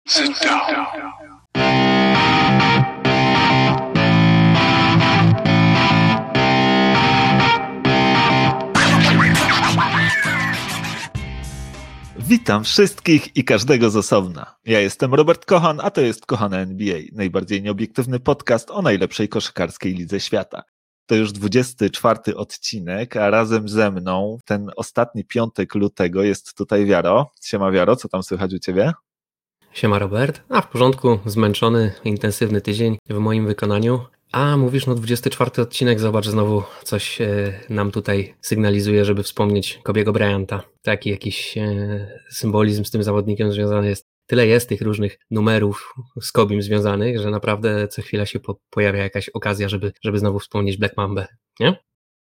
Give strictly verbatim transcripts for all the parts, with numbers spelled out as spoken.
Sit down. Witam wszystkich i każdego z osobna. Ja jestem Robert Kochan, a to jest Kochane N B A, najbardziej nieobiektywny podcast o najlepszej koszykarskiej lidze świata. To już dwudziesty czwarty odcinek, a razem ze mną ten ostatni piątek lutego jest tutaj Wiaro. Siema Wiaro, co tam słychać u Ciebie? Siema Robert, a w porządku, zmęczony, intensywny tydzień w moim wykonaniu. A mówisz, no dwudziesty czwarty odcinek, zobacz, znowu coś e, nam tutaj sygnalizuje, żeby wspomnieć Kobiego Bryanta. Taki jakiś e, symbolizm z tym zawodnikiem związany jest. Tyle jest tych różnych numerów z Kobim związanych, że naprawdę co chwila się po, pojawia jakaś okazja, żeby, żeby znowu wspomnieć Black Mambę, nie?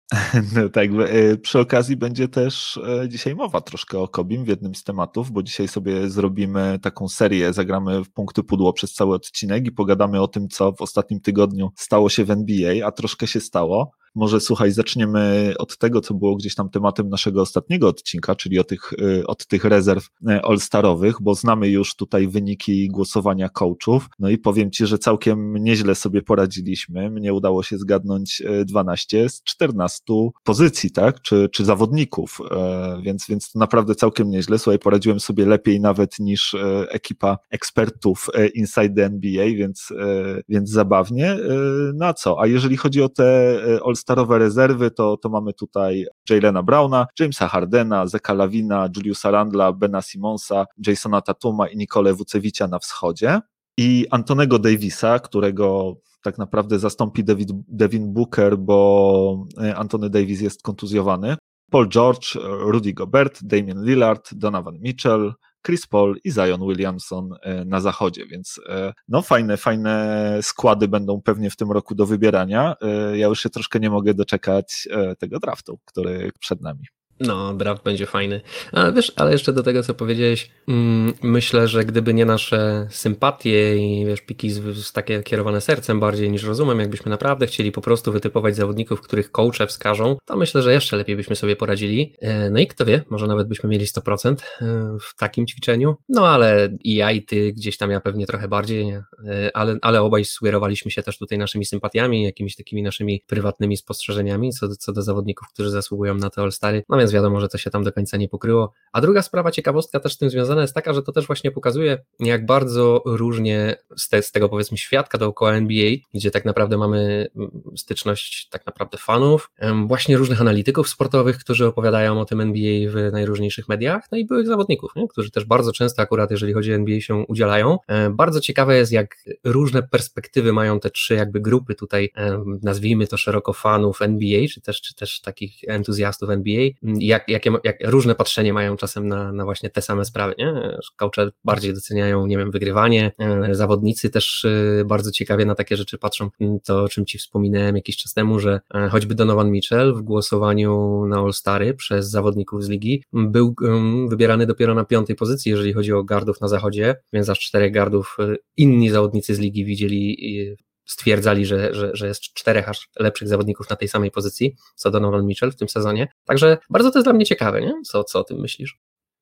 No tak, przy okazji będzie też dzisiaj mowa troszkę o Kobim w jednym z tematów, bo dzisiaj sobie zrobimy taką serię, zagramy w punkty pudło przez cały odcinek i pogadamy o tym, co w ostatnim tygodniu stało się w N B A, a troszkę się stało. Może słuchaj, zaczniemy od tego, co było gdzieś tam tematem naszego ostatniego odcinka, czyli od tych, od tych rezerw all-starowych, bo znamy już tutaj wyniki głosowania coachów, no i powiem Ci, że całkiem nieźle sobie poradziliśmy. Mnie udało się zgadnąć dwanaście z czternastu pozycji, tak, czy, czy zawodników, więc, więc to naprawdę całkiem nieźle. Słuchaj, poradziłem sobie lepiej nawet niż ekipa ekspertów Inside the N B A, więc, więc zabawnie. No a co, a jeżeli chodzi o te all starowe rezerwy, to, to mamy tutaj Jaylena Browna, Jamesa Hardena, Zeka Lavina, Juliusa Randla, Bena Simonsa, Jasona Tatuma i Nikolę Vucevicia na wschodzie i Antonego Davisa, którego tak naprawdę zastąpi David, Devin Booker, bo Anthony Davis jest kontuzjowany, Paul George, Rudy Gobert, Damian Lillard, Donovan Mitchell, Chris Paul i Zion Williamson na zachodzie, więc no fajne, fajne składy będą pewnie w tym roku do wybierania. Ja już się troszkę nie mogę doczekać tego draftu, który przed nami. No, draft będzie fajny. Ale wiesz, ale jeszcze do tego, co powiedziałeś, mm, myślę, że gdyby nie nasze sympatie i wiesz, piki z, z takie kierowane sercem bardziej niż rozumem, jakbyśmy naprawdę chcieli po prostu wytypować zawodników, których coache wskażą, to myślę, że jeszcze lepiej byśmy sobie poradzili. No i kto wie, może nawet byśmy mieli sto procent w takim ćwiczeniu. No ale i ja i ty gdzieś tam, ja pewnie trochę bardziej, ale, ale obaj sugerowaliśmy się też tutaj naszymi sympatiami, jakimiś takimi naszymi prywatnymi spostrzeżeniami co, co do zawodników, którzy zasługują na te All-Stary. No więc wiadomo, że to się tam do końca nie pokryło. A druga sprawa, ciekawostka też z tym związana jest taka, że to też właśnie pokazuje, jak bardzo różnie z, te, z tego powiedzmy świadka dookoła N B A, gdzie tak naprawdę mamy styczność tak naprawdę fanów, właśnie różnych analityków sportowych, którzy opowiadają o tym N B A w najróżniejszych mediach, no i byłych zawodników, nie? Którzy też bardzo często akurat, jeżeli chodzi o N B A, się udzielają. Bardzo ciekawe jest, jak różne perspektywy mają te trzy jakby grupy tutaj, nazwijmy to szeroko fanów N B A, czy też, czy też takich entuzjastów N B A, jak, jakie, jak różne patrzenie mają czasem na, na właśnie te same sprawy, nie? Coache bardziej doceniają, nie wiem, wygrywanie, zawodnicy też bardzo ciekawie na takie rzeczy patrzą, to o czym Ci wspominałem jakiś czas temu, że choćby Donovan Mitchell w głosowaniu na All-Stary przez zawodników z ligi był wybierany dopiero na piątej pozycji, jeżeli chodzi o guardów na zachodzie, więc aż czterech guardów inni zawodnicy z ligi widzieli, stwierdzali, że, że, że jest czterech aż lepszych zawodników na tej samej pozycji, co Donovan Mitchell w tym sezonie. Także bardzo to jest dla mnie ciekawe, nie? Co, co o tym myślisz?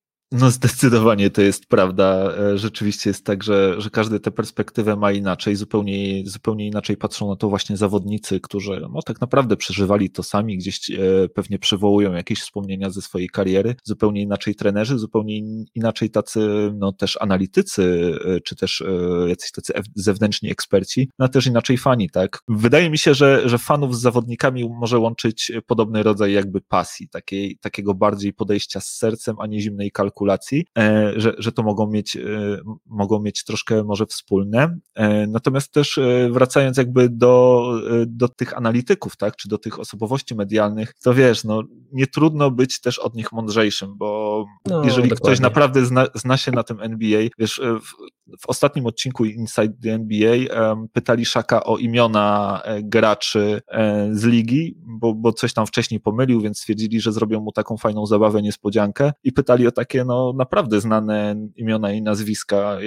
No zdecydowanie to jest prawda. Rzeczywiście jest tak, że, że każdy tę perspektywę ma inaczej, zupełnie, zupełnie inaczej patrzą na to właśnie zawodnicy, którzy no, tak naprawdę przeżywali to sami, gdzieś e, pewnie przywołują jakieś wspomnienia ze swojej kariery, zupełnie inaczej trenerzy, zupełnie inaczej tacy no, też analitycy, e, czy też e, jacyś tacy zewnętrzni eksperci, no też inaczej fani, tak? Wydaje mi się, że, że fanów z zawodnikami może łączyć podobny rodzaj jakby pasji, takiej, takiego bardziej podejścia z sercem, a nie zimnej kalkulacji. kalkulacji, że, że to mogą mieć, mogą mieć troszkę może wspólne. Natomiast też wracając jakby do, do tych analityków, tak, czy do tych osobowości medialnych, to wiesz, no nie trudno być też od nich mądrzejszym, bo no, jeżeli dokładnie. Ktoś naprawdę zna, zna się na tym N B A, wiesz, w, w ostatnim odcinku Inside the N B A um, pytali Shaka o imiona graczy z ligi, bo, bo coś tam wcześniej pomylił, więc stwierdzili, że zrobią mu taką fajną zabawę, niespodziankę i pytali o takie no naprawdę znane imiona i nazwiska. Ja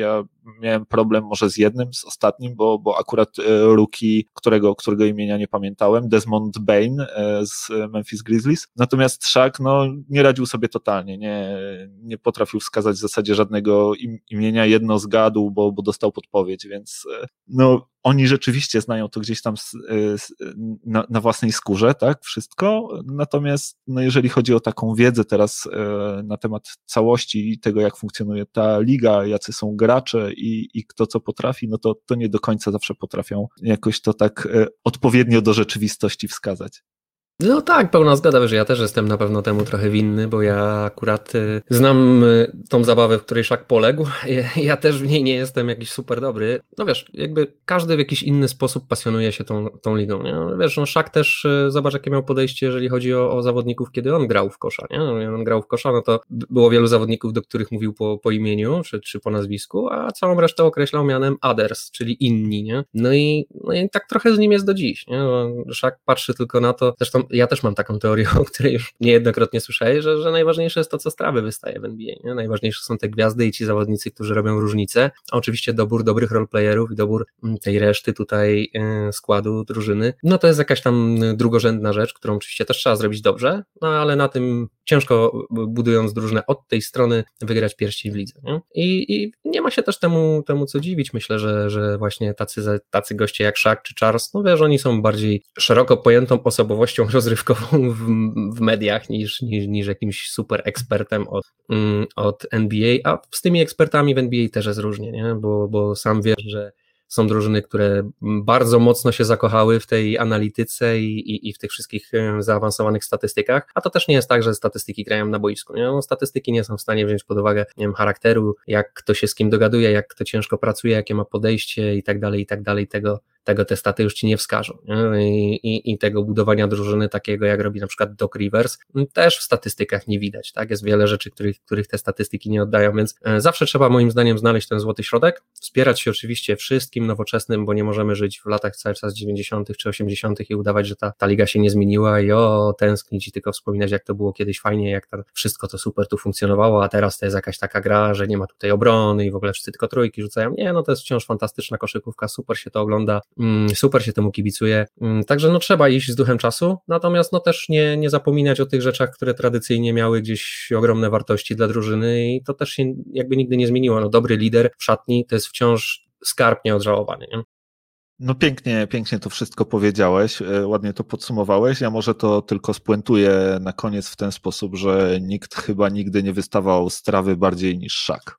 miałem problem może z jednym, z ostatnim, bo, bo akurat rookie, którego, którego imienia nie pamiętałem, Desmond Bane z Memphis Grizzlies, natomiast Shaq, no, nie radził sobie totalnie, nie, nie potrafił wskazać w zasadzie żadnego im, imienia, jedno zgadł, bo, bo dostał podpowiedź, więc no, oni rzeczywiście znają to gdzieś tam z, z, na, na własnej skórze, tak, wszystko, natomiast no, jeżeli chodzi o taką wiedzę teraz e, na temat całości i tego, jak funkcjonuje ta liga, jacy są gracze i, i kto co potrafi, no to, to nie do końca zawsze potrafią jakoś to tak e, odpowiednio do rzeczywistości wskazać. No tak, pełna zgoda, że ja też jestem na pewno temu trochę winny, bo ja akurat y, znam y, tą zabawę, w której Shaq poległ. Ja, ja też w niej nie jestem jakiś super dobry. No wiesz, jakby każdy w jakiś inny sposób pasjonuje się tą, tą ligą, nie? No, wiesz, no Shaq też, y, zobacz jakie miał podejście, jeżeli chodzi o, o zawodników, kiedy on grał w kosza, nie? No, on grał w kosza, no to było wielu zawodników, do których mówił po, po imieniu, czy, czy po nazwisku, a całą resztę określał mianem others, czyli inni, nie? No i, no i tak trochę z nim jest do dziś, nie? No, Shaq patrzy tylko na to, zresztą ja też mam taką teorię, o której już niejednokrotnie słyszałem, że, że najważniejsze jest to, co z trawy wystaje w N B A. Nie? Najważniejsze są te gwiazdy i ci zawodnicy, którzy robią różnicę, a oczywiście dobór dobrych roleplayerów i dobór tej reszty tutaj yy, składu drużyny, no to jest jakaś tam drugorzędna rzecz, którą oczywiście też trzeba zrobić dobrze, no ale na tym ciężko, budując drużynę od tej strony, wygrać pierścień w lidze. Nie? I, i nie ma się też temu, temu co dziwić. Myślę, że, że właśnie tacy, tacy goście jak Shaq czy Charles, no wiesz, oni są bardziej szeroko pojętą osobowością rozrywkową w, w mediach niż, niż, niż jakimś super ekspertem od, mm, od N B A, a z tymi ekspertami w N B A też jest różnie, nie? Bo, bo sam wiesz, że są drużyny, które bardzo mocno się zakochały w tej analityce i, i, i w tych wszystkich zaawansowanych statystykach, a to też nie jest tak, że statystyki grają na boisku. Nie? No, statystyki nie są w stanie wziąć pod uwagę, nie wiem, charakteru, jak kto się z kim dogaduje, jak kto ciężko pracuje, jakie ma podejście i tak dalej, i tak dalej, tego tego te staty już ci nie wskażą. Nie? I, i, I tego budowania drużyny takiego, jak robi na przykład Doc Rivers, też w statystykach nie widać. Tak? Jest wiele rzeczy, których, których te statystyki nie oddają, więc zawsze trzeba moim zdaniem znaleźć ten złoty środek, wspierać się oczywiście wszystkim nowoczesnym, bo nie możemy żyć w latach cały czas dziewięćdziesiątych czy osiemdziesiątych i udawać, że ta, ta liga się nie zmieniła i o, tęsknić i tylko wspominać, jak to było kiedyś fajnie, jak tam wszystko to super tu funkcjonowało, a teraz to jest jakaś taka gra, że nie ma tutaj obrony i w ogóle wszyscy tylko trójki rzucają. Nie, no to jest wciąż fantastyczna koszykówka, super się to ogląda, super się temu kibicuje, także no trzeba iść z duchem czasu, natomiast no też nie, nie zapominać o tych rzeczach, które tradycyjnie miały gdzieś ogromne wartości dla drużyny i to też się jakby nigdy nie zmieniło. No dobry lider w szatni to jest wciąż skarb nieodżałowany, nie? No pięknie, pięknie to wszystko powiedziałeś, ładnie to podsumowałeś. Ja może to tylko spuentuję na koniec w ten sposób, że nikt chyba nigdy nie wystawał z trawy bardziej niż Shaq.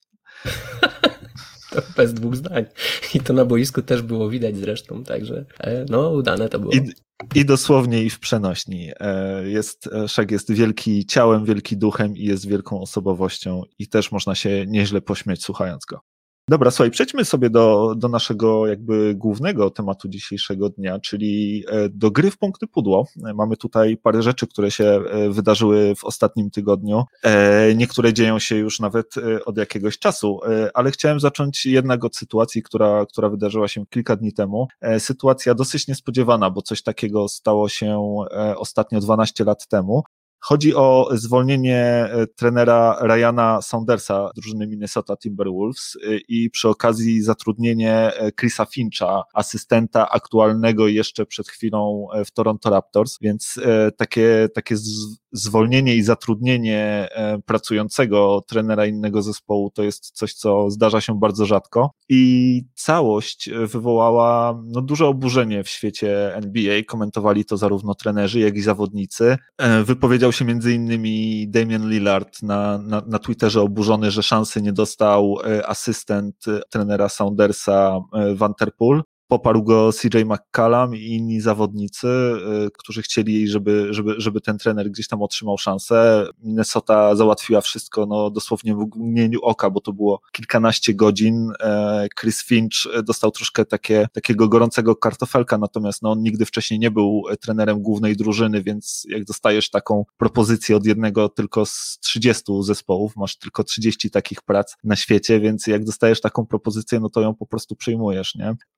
To bez dwóch zdań. I to na boisku też było widać zresztą, także no udane to było. I, i dosłownie i w przenośni. Jest, Shaq jest wielki ciałem, wielki duchem i jest wielką osobowością i też można się nieźle pośmiać słuchając go. Dobra, słuchaj, przejdźmy sobie do, do naszego jakby głównego tematu dzisiejszego dnia, czyli do gry w punkty pudło. Mamy tutaj parę rzeczy, które się wydarzyły w ostatnim tygodniu. Niektóre dzieją się już nawet od jakiegoś czasu, ale chciałem zacząć jednak od sytuacji, która, która wydarzyła się kilka dni temu. Sytuacja dosyć niespodziewana, bo coś takiego stało się ostatnio dwanaście lat temu. Chodzi o zwolnienie trenera Ryana Saundersa drużyny Minnesota Timberwolves i przy okazji zatrudnienie Chrisa Fincha, asystenta aktualnego jeszcze przed chwilą w Toronto Raptors, więc takie, takie zwolnienie i zatrudnienie pracującego trenera innego zespołu to jest coś, co zdarza się bardzo rzadko i całość wywołała no, duże oburzenie w świecie N B A, komentowali to zarówno trenerzy, jak i zawodnicy. Wypowiedział się między innymi Damian Lillard na, na, na Twitterze oburzony, że szansy nie dostał asystent trenera Saundersa Van Der Poel. Poparł go C J McCallum i inni zawodnicy, którzy chcieli, żeby, żeby, żeby ten trener gdzieś tam otrzymał szansę. Minnesota załatwiła wszystko no, dosłownie w mgnieniu oka, bo to było kilkanaście godzin. Chris Finch dostał troszkę takie, takiego gorącego kartofelka, natomiast no, on nigdy wcześniej nie był trenerem głównej drużyny, więc jak dostajesz taką propozycję od jednego tylko z trzydziestu zespołów, masz tylko trzydzieści takich prac na świecie, więc jak dostajesz taką propozycję, no to ją po prostu przyjmujesz, nie? A,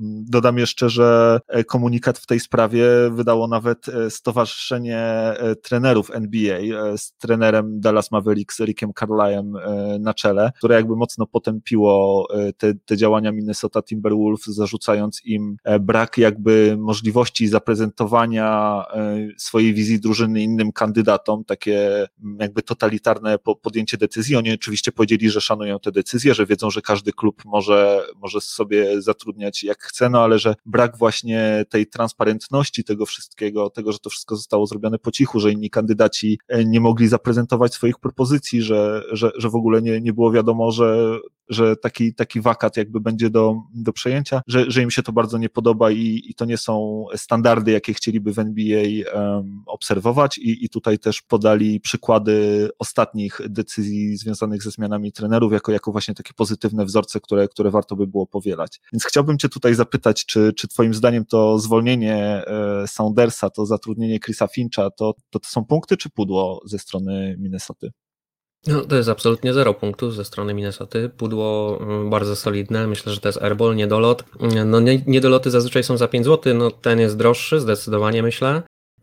Dodam jeszcze, że komunikat w tej sprawie wydało nawet Stowarzyszenie Trenerów N B A z trenerem Dallas Mavericks Rickiem Carlisle'em na czele, które jakby mocno potępiło te, te działania Minnesota Timberwolves, zarzucając im brak jakby możliwości zaprezentowania swojej wizji drużyny innym kandydatom, takie jakby totalitarne podjęcie decyzji. Oni oczywiście powiedzieli, że szanują te decyzje, że wiedzą, że każdy klub może, może sobie zatrudniać jak chce, no ale że brak właśnie tej transparentności tego wszystkiego, tego, że to wszystko zostało zrobione po cichu, że inni kandydaci nie mogli zaprezentować swoich propozycji, że, że, że w ogóle nie, nie było wiadomo, że, że taki, taki wakat jakby będzie do, do przejęcia, że, że im się to bardzo nie podoba i, i to nie są standardy, jakie chcieliby w N B A um, obserwować i, i tutaj też podali przykłady ostatnich decyzji związanych ze zmianami trenerów, jako, jako właśnie takie pozytywne wzorce, które, które warto by było powielać. Więc chciałbym Cię tutaj zapytać, czy, czy Twoim zdaniem to zwolnienie e, Saundersa, to zatrudnienie Chrisa Fincha, to, to, to są punkty czy pudło ze strony Minnesoty? No, to jest absolutnie zero punktów ze strony Minnesoty. Pudło bardzo solidne. Myślę, że to jest airball, niedolot. No, niedoloty zazwyczaj są za pięć złotych, no ten jest droższy, zdecydowanie myślę.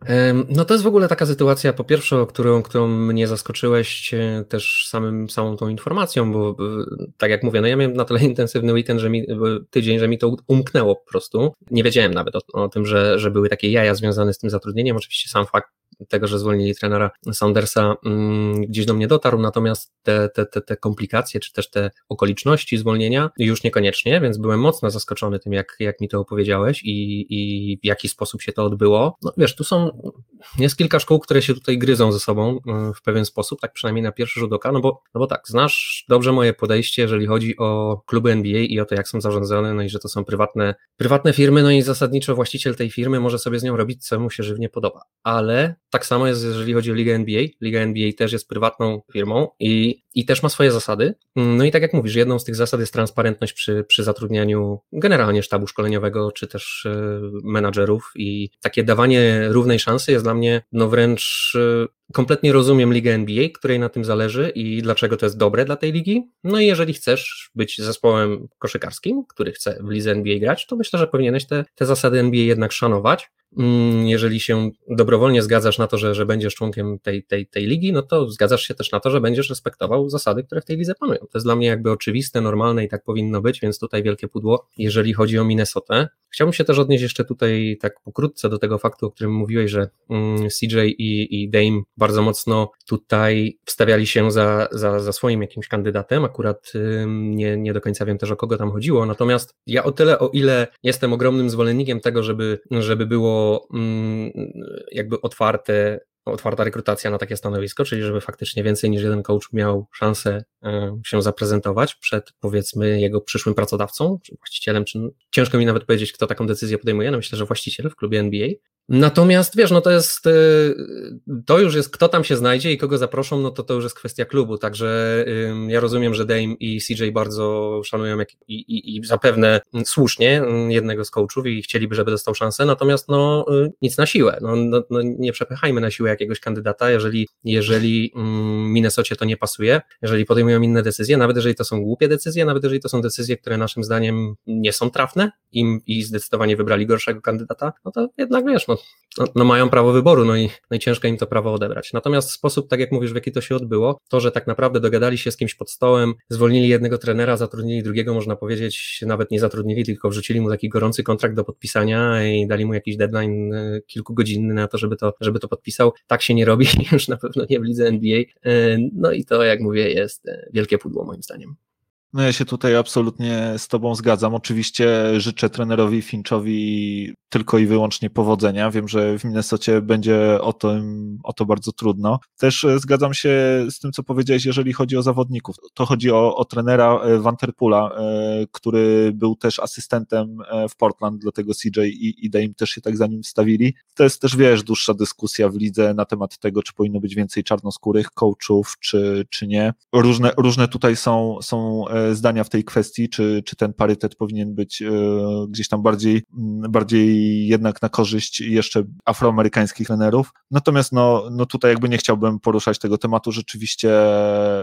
No to jest w ogóle taka sytuacja, po pierwsze, którą, którą mnie zaskoczyłeś też samym, samą tą informacją, bo tak jak mówię, no ja miałem na tyle intensywny weekend, że mi, tydzień, że mi to umknęło po prostu. Nie wiedziałem nawet o, o tym, że, że były takie jaja związane z tym zatrudnieniem. Oczywiście sam fakt tego, że zwolnili trenera Saundersa mm, gdzieś do mnie dotarł, natomiast te, te, te, te komplikacje, czy też te okoliczności zwolnienia już niekoniecznie, więc byłem mocno zaskoczony tym, jak, jak mi to opowiedziałeś i, i w jaki sposób się to odbyło. No wiesz, tu są, jest kilka szkół, które się tutaj gryzą ze sobą w pewien sposób, tak przynajmniej na pierwszy rzut oka, no bo, no bo tak, znasz dobrze moje podejście, jeżeli chodzi o kluby N B A i o to, jak są zarządzane, no i że to są prywatne, prywatne firmy, no i zasadniczo właściciel tej firmy może sobie z nią robić, co mu się żywnie podoba, ale tak samo jest, jeżeli chodzi o Ligę N B A. Liga N B A też jest prywatną firmą i, i też ma swoje zasady. No i tak jak mówisz, jedną z tych zasad jest transparentność przy, przy zatrudnianiu generalnie sztabu szkoleniowego, czy też y, menadżerów i takie dawanie równej szansy jest dla mnie no wręcz y, kompletnie rozumiem Ligę N B A, której na tym zależy i dlaczego to jest dobre dla tej ligi. No i jeżeli chcesz być zespołem koszykarskim, który chce w lidze N B A grać, to myślę, że powinieneś te, te zasady N B A jednak szanować. Jeżeli się dobrowolnie zgadzasz na to, że, że będziesz członkiem tej, tej, tej ligi, no to zgadzasz się też na to, że będziesz respektował zasady, które w tej lidze panują. To jest dla mnie jakby oczywiste, normalne i tak powinno być, więc tutaj wielkie pudło, jeżeli chodzi o Minnesotę. Chciałbym się też odnieść jeszcze tutaj tak pokrótce do tego faktu, o którym mówiłeś, że C J i, i Dame bardzo mocno tutaj wstawiali się za, za, za swoim jakimś kandydatem, akurat nie, nie do końca wiem też, o kogo tam chodziło, natomiast ja o tyle, o ile jestem ogromnym zwolennikiem tego, żeby, żeby było jakby otwarte, otwarta rekrutacja na takie stanowisko, czyli żeby faktycznie więcej niż jeden coach miał szansę się zaprezentować przed, powiedzmy, jego przyszłym pracodawcą, czy właścicielem, czy ciężko mi nawet powiedzieć, kto taką decyzję podejmuje, no myślę, że właściciel w klubie N B A. Natomiast wiesz, no to jest, to już jest, kto tam się znajdzie i kogo zaproszą, no to to już jest kwestia klubu, także ja rozumiem, że Dame i C J bardzo szanują jak, i, i, i zapewne słusznie jednego z coachów i chcieliby, żeby dostał szansę, natomiast no nic na siłę, no, no, no nie przepychajmy na siłę jakiegoś kandydata, jeżeli, jeżeli Minnesocie to nie pasuje, jeżeli podejmują inne decyzje, nawet jeżeli to są głupie decyzje, nawet jeżeli to są decyzje, które naszym zdaniem nie są trafne im i zdecydowanie wybrali gorszego kandydata, no to jednak wiesz, no No, no mają prawo wyboru, no i, no i ciężko im to prawo odebrać. Natomiast sposób, tak jak mówisz, w jaki to się odbyło, to, że tak naprawdę dogadali się z kimś pod stołem, zwolnili jednego trenera, zatrudnili drugiego, można powiedzieć, nawet nie zatrudnili, tylko wrzucili mu taki gorący kontrakt do podpisania i dali mu jakiś deadline kilkugodzinny na to, żeby to, żeby to podpisał. Tak się nie robi, już na pewno nie w lidze N B A. No i to, jak mówię, jest wielkie pudło moim zdaniem. No ja się tutaj absolutnie z Tobą zgadzam. Oczywiście życzę trenerowi Finchowi tylko i wyłącznie powodzenia. Wiem, że w Minnesocie będzie o to, o to bardzo trudno. Też zgadzam się z tym, co powiedziałeś, jeżeli chodzi o zawodników. To chodzi o, o trenera Vanterpoola, który był też asystentem w Portland, dlatego C J i, i Dame też się tak za nim stawili. To jest też, wiesz, dłuższa dyskusja w lidze na temat tego, czy powinno być więcej czarnoskórych coachów, czy, czy nie. Różne, różne tutaj są, są zdania w tej kwestii, czy, czy ten parytet powinien być e, gdzieś tam bardziej, bardziej jednak na korzyść jeszcze afroamerykańskich trenerów. Natomiast no, no tutaj jakby nie chciałbym poruszać tego tematu. Rzeczywiście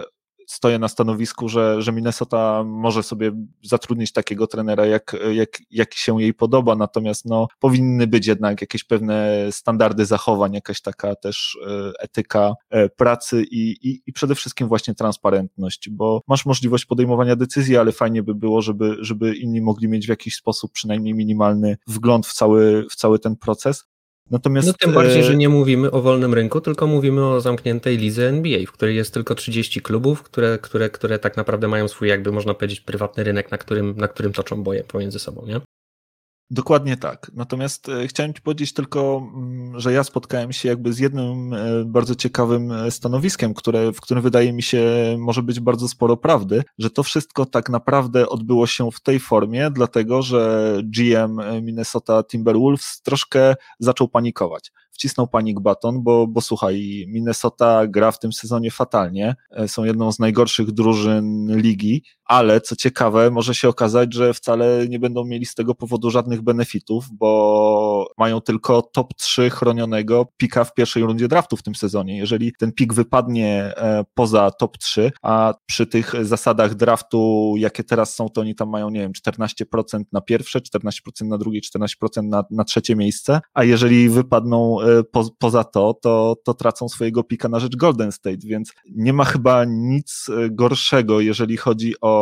stoję na stanowisku, że, że Minnesota może sobie zatrudnić takiego trenera, jak, jak, jak się jej podoba, natomiast no, powinny być jednak jakieś pewne standardy zachowań, jakaś taka też etyka pracy i, i, i przede wszystkim właśnie transparentność, bo masz możliwość podejmowania decyzji, ale fajnie by było, żeby, żeby inni mogli mieć w jakiś sposób przynajmniej minimalny wgląd w cały, w cały ten proces. Natomiast, no tym bardziej, że nie mówimy o wolnym rynku, tylko mówimy o zamkniętej lidze N B A, w której jest tylko trzydzieści klubów, które, które, które tak naprawdę mają swój, jakby można powiedzieć, prywatny rynek, na którym, na którym toczą boje pomiędzy sobą, nie? Dokładnie tak. Natomiast chciałem Ci powiedzieć tylko, że ja spotkałem się jakby z jednym bardzo ciekawym stanowiskiem, które, w którym wydaje mi się może być bardzo sporo prawdy, że to wszystko tak naprawdę odbyło się w tej formie, dlatego że G M Minnesota Timberwolves troszkę zaczął panikować. Wcisnął panic button, bo, bo słuchaj, Minnesota gra w tym sezonie fatalnie, są jedną z najgorszych drużyn ligi, ale co ciekawe, może się okazać, że wcale nie będą mieli z tego powodu żadnych benefitów, bo mają tylko top trzy chronionego pika w pierwszej rundzie draftu w tym sezonie. Jeżeli ten pik wypadnie poza top trzy, a przy tych zasadach draftu, jakie teraz są, to oni tam mają, nie wiem, czternaście procent na pierwsze, czternaście procent na drugie, czternaście procent na, na trzecie miejsce, a jeżeli wypadną po, poza to, to, to tracą swojego pika na rzecz Golden State, więc nie ma chyba nic gorszego, jeżeli chodzi o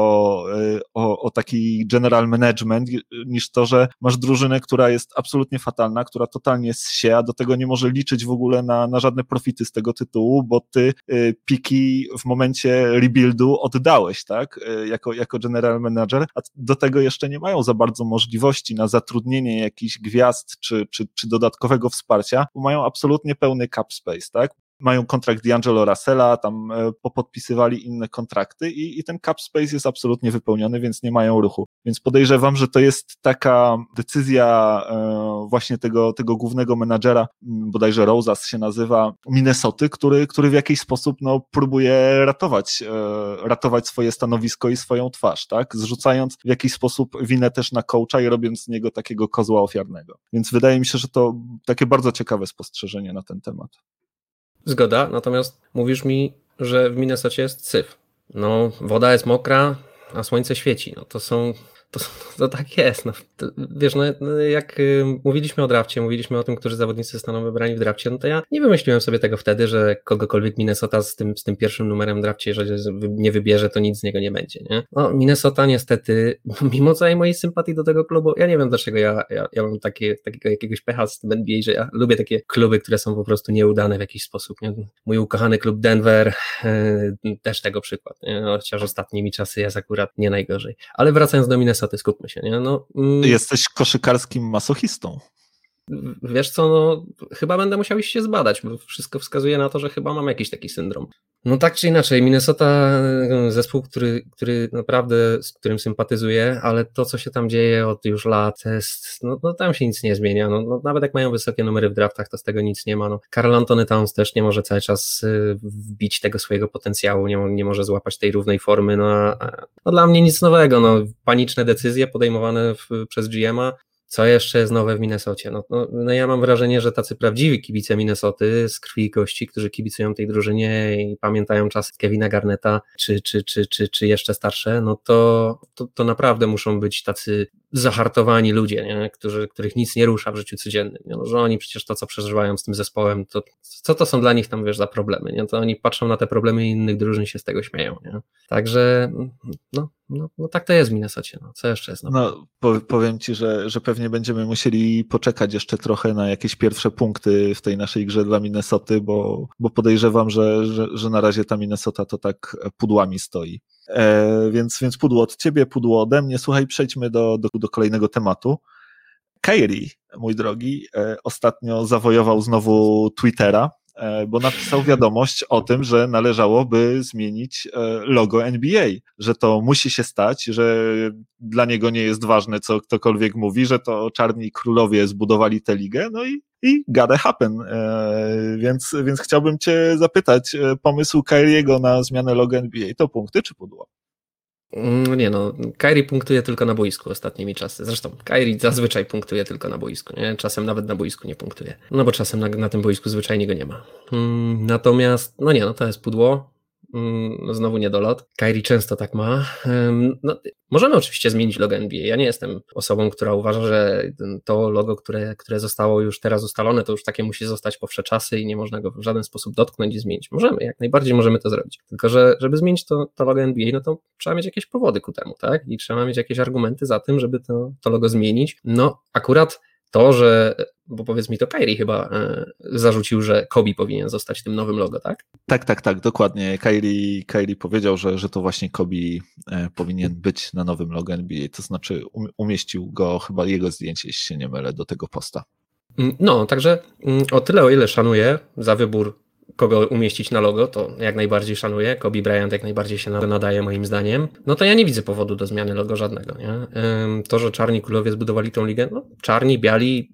O, o taki general management, niż to, że masz drużynę, która jest absolutnie fatalna, która totalnie zsie, a do tego nie może liczyć w ogóle na, na żadne profity z tego tytułu, bo ty y, piki w momencie rebuildu oddałeś, tak, y, jako, jako general manager, a do tego jeszcze nie mają za bardzo możliwości na zatrudnienie jakichś gwiazd czy, czy, czy dodatkowego wsparcia, bo mają absolutnie pełny cap space, tak. Mają kontrakt D'Angelo Russella, tam popodpisywali inne kontrakty i, i ten cap space jest absolutnie wypełniony, więc nie mają ruchu. Więc podejrzewam, że to jest taka decyzja e, właśnie tego, tego głównego menadżera, bodajże Rosas się nazywa, Minnesoty, który, który w jakiś sposób no, próbuje ratować, e, ratować swoje stanowisko i swoją twarz, tak? Zrzucając w jakiś sposób winę też na coacha i robiąc z niego takiego kozła ofiarnego. Więc wydaje mi się, że to takie bardzo ciekawe spostrzeżenie na ten temat. Zgoda, natomiast mówisz mi, że w Minnesocie jest syf. No, woda jest mokra, a słońce świeci. No to są, to, to tak jest. No, to, wiesz, no, jak y, mówiliśmy o drafcie, mówiliśmy o tym, którzy zawodnicy zostaną wybrani w drafcie, no to ja nie wymyśliłem sobie tego wtedy, że kogokolwiek Minnesota z tym, z tym pierwszym numerem w drafcie, jeżeli nie wybierze, to nic z niego nie będzie, nie? No, Minnesota niestety, mimo całej mojej sympatii do tego klubu, ja nie wiem dlaczego ja, ja, ja mam takie, takiego jakiegoś pecha z tym N B A, że ja lubię takie kluby, które są po prostu nieudane w jakiś sposób, nie? Mój ukochany klub Denver, yy, też tego przykład, nie? No, chociaż ostatnimi czasy jest akurat nie najgorzej. Ale wracając do Minnesoty, skupmy się, nie? No, mm, Jesteś koszykarskim masochistą. Wiesz co, no chyba będę musiał iść się zbadać, bo wszystko wskazuje na to, że chyba mam jakiś taki syndrom. No tak czy inaczej, Minnesota, zespół, który, który naprawdę, z którym sympatyzuję, ale to, co się tam dzieje od już lat, jest, no, no tam się nic nie zmienia, no, no nawet jak mają wysokie numery w draftach, to z tego nic nie ma, no Karl Anthony Towns też nie może cały czas wbić tego swojego potencjału, nie, nie może złapać tej równej formy, no, no dla mnie nic nowego, no paniczne decyzje podejmowane w, przez G M a. Co jeszcze jest nowe w Minnesocie? No, no, no ja mam wrażenie, że tacy prawdziwi kibice Minnesoty z krwi i kości, którzy kibicują tej drużynie i pamiętają czas Kevina Garnetta, czy, czy, czy, czy, czy jeszcze starsze, no to, to, to naprawdę muszą być tacy zahartowani ludzie, nie? Którzy, których nic nie rusza w życiu codziennym, nie? No, że oni przecież to, co przeżywają z tym zespołem, to co to są dla nich tam, wiesz, za problemy, nie? To oni patrzą na te problemy innych drużyn, się z tego śmieją, nie? Także, no, no, no tak to jest w Minnesocie, no. Co jeszcze jest? No, no po, powiem Ci, że, że pewnie będziemy musieli poczekać jeszcze trochę na jakieś pierwsze punkty w tej naszej grze dla Minnesoty, bo, bo podejrzewam, że, że, że na razie ta Minnesota to tak pudłami stoi. E, więc, więc pudło od Ciebie, pudło ode mnie. Słuchaj, przejdźmy do, do, do kolejnego tematu. Kyrie, mój drogi, e, ostatnio zawojował znowu Twittera, e, bo napisał wiadomość o tym, że należałoby zmienić e, logo N B A, że to musi się stać, że dla niego nie jest ważne, co ktokolwiek mówi, że to czarni królowie zbudowali tę ligę, no i i gotta happen, e, więc, więc chciałbym Cię zapytać, pomysł Kyriego na zmianę logo N B A to punkty czy pudło? Nie no, Kyrie punktuje tylko na boisku ostatnimi czasy. Zresztą Kyrie zazwyczaj punktuje tylko na boisku, nie? Czasem nawet na boisku nie punktuje. No bo czasem na, na tym boisku zwyczajnie go nie ma. Hmm, natomiast, no nie, no to jest pudło. no znowu niedolot. Kyrie często tak ma. No, możemy oczywiście zmienić logo N B A. Ja nie jestem osobą, która uważa, że to logo, które, które zostało już teraz ustalone, to już takie musi zostać po wsze czasy i nie można go w żaden sposób dotknąć i zmienić. Możemy, jak najbardziej możemy to zrobić. Tylko, że żeby zmienić to, to logo N B A, no to trzeba mieć jakieś powody ku temu, tak? I trzeba mieć jakieś argumenty za tym, żeby to, to logo zmienić. No, akurat to, że, bo powiedz mi, to Kyrie chyba e, zarzucił, że Kobe powinien zostać tym nowym logo, tak? Tak, tak, tak, dokładnie. Kyrie, Kyrie powiedział, że, że to właśnie Kobe e, powinien być na nowym logo N B A, to znaczy um, umieścił go, chyba jego zdjęcie, jeśli się nie mylę, do tego posta. No, także o tyle, o ile szanuję za wybór, kogo umieścić na logo, to jak najbardziej szanuję. Kobe Bryant jak najbardziej się nadaje moim zdaniem. No to ja nie widzę powodu do zmiany logo żadnego. Nie? To, że czarni królowie zbudowali tą ligę, no czarni, biali,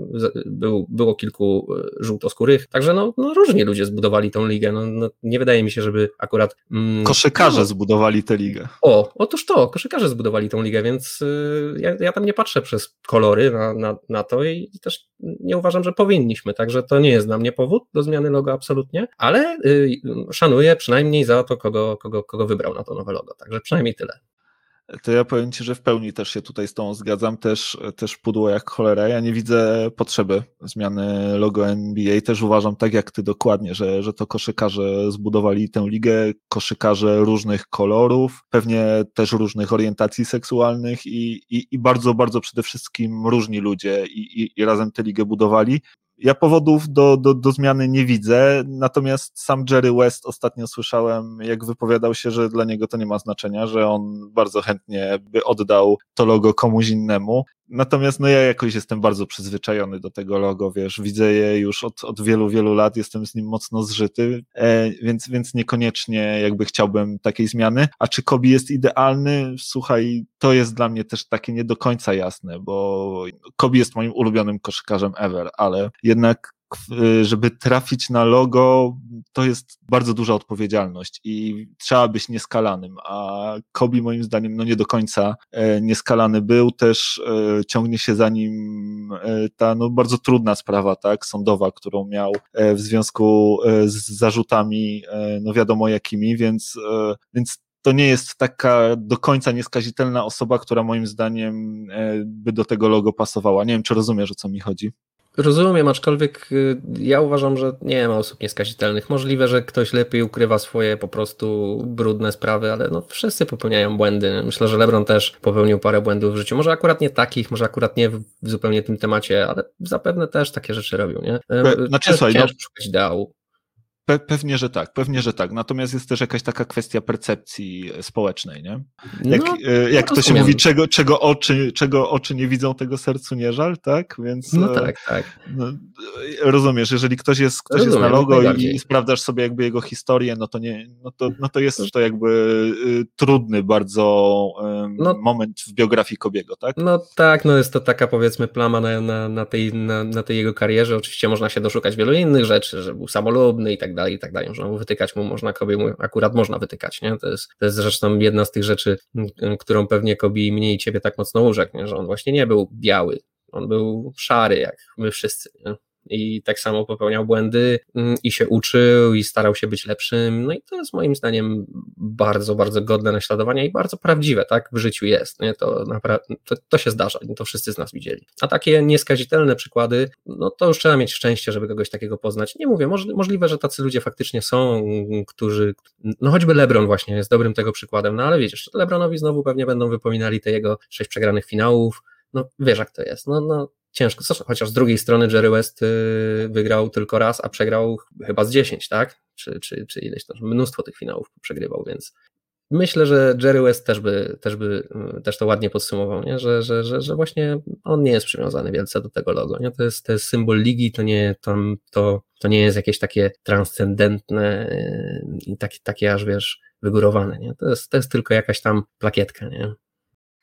był, było kilku żółtoskórych, także no, no różni ludzie zbudowali tą ligę. No, no nie wydaje mi się, żeby akurat... Mm, koszykarze no, zbudowali tę ligę. O, otóż to, koszykarze zbudowali tą ligę, więc yy, ja, ja tam nie patrzę przez kolory na, na, na to i też nie uważam, że powinniśmy, także to nie jest dla mnie powód do zmiany logo absolutnie, ale yy, szanuję przynajmniej za to, kogo, kogo, kogo wybrał na to nowe logo, także przynajmniej tyle. To ja powiem Ci, że w pełni też się tutaj z tą zgadzam, też, też pudło jak cholera. Ja nie widzę potrzeby zmiany logo N B A, też uważam tak jak Ty dokładnie, że, że to koszykarze zbudowali tę ligę, koszykarze różnych kolorów, pewnie też różnych orientacji seksualnych i, i, i bardzo, bardzo przede wszystkim różni ludzie i, i, i razem tę ligę budowali. Ja powodów do, do, do zmiany nie widzę, natomiast sam Jerry West ostatnio słyszałem, jak wypowiadał się, że dla niego to nie ma znaczenia, że on bardzo chętnie by oddał to logo komuś innemu. Natomiast no ja jakoś jestem bardzo przyzwyczajony do tego logo, wiesz, widzę je już od, od wielu, wielu lat, jestem z nim mocno zżyty, e, więc, więc niekoniecznie jakby chciałbym takiej zmiany. A czy Kobe jest idealny? Słuchaj, to jest dla mnie też takie nie do końca jasne, bo Kobe jest moim ulubionym koszykarzem ever, ale jednak żeby trafić na logo, to jest bardzo duża odpowiedzialność i trzeba być nieskalanym, a Kobe moim zdaniem no nie do końca nieskalany był, też ciągnie się za nim ta no bardzo trudna sprawa, tak, sądowa, którą miał w związku z zarzutami, no wiadomo jakimi, więc, więc to nie jest taka do końca nieskazitelna osoba, która moim zdaniem by do tego logo pasowała. Nie wiem, czy rozumiesz, o co mi chodzi. Rozumiem, aczkolwiek ja uważam, że nie ma osób nieskazitelnych. Możliwe, że ktoś lepiej ukrywa swoje po prostu brudne sprawy, ale no wszyscy popełniają błędy. Myślę, że LeBron też popełnił parę błędów w życiu. Może akurat nie takich, może akurat nie w zupełnie tym temacie, ale zapewne też takie rzeczy robił, nie? Pe- znaczy, słuchaj, no, szukać ideału. Pe- pewnie, że tak, pewnie, że tak. Natomiast jest też jakaś taka kwestia percepcji społecznej, nie? Jak, No, jak no to się mówi, czego, czego, oczy, czego oczy nie widzą, tego sercu nie żal, tak? Więc no tak, tak. No, rozumiesz, jeżeli ktoś jest, ktoś Rozumiem, jest na logo i, i sprawdzasz sobie jakby jego historię, no to nie, no to, no to jest to jakby y, trudny bardzo y, no, moment w biografii Kobiego, tak? No tak, no jest to taka powiedzmy plama na, na, na, tej, na, na tej jego karierze. Oczywiście można się doszukać wielu innych rzeczy, że był samolubny i tak dalej, i tak dalej. Można mu wytykać, mu można Kobe mu akurat można wytykać, nie? To jest, to jest zresztą jedna z tych rzeczy, którą pewnie Kobe mnie i ciebie tak mocno urzekł, nie? Że on właśnie nie był biały, on był szary, jak my wszyscy, nie? I tak samo popełniał błędy i się uczył i starał się być lepszym, no i to jest moim zdaniem bardzo, bardzo godne naśladowania i bardzo prawdziwe, tak, w życiu jest, nie? To, napra- to, to się zdarza, to wszyscy z nas widzieli. A takie nieskazitelne przykłady, no to już trzeba mieć szczęście, żeby kogoś takiego poznać. Nie mówię, moż- możliwe, że tacy ludzie faktycznie są, którzy, no choćby LeBron właśnie jest dobrym tego przykładem, no ale widzisz, LeBronowi znowu pewnie będą wypominali te jego sześć przegranych finałów, no wiesz jak to jest, no, no ciężko, chociaż z drugiej strony Jerry West wygrał tylko raz, a przegrał chyba z dziesięć, tak? Czy, czy, czy ileś tam, mnóstwo tych finałów przegrywał, więc myślę, że Jerry West też by, też by też to ładnie podsumował, nie? Że, że, że, że właśnie on nie jest przywiązany wielce do tego logo, nie? To jest, to jest symbol ligi, to nie, tam, to, to nie jest jakieś takie transcendentne i takie, takie aż wiesz, wygórowane, nie? To jest, to jest tylko jakaś tam plakietka, nie?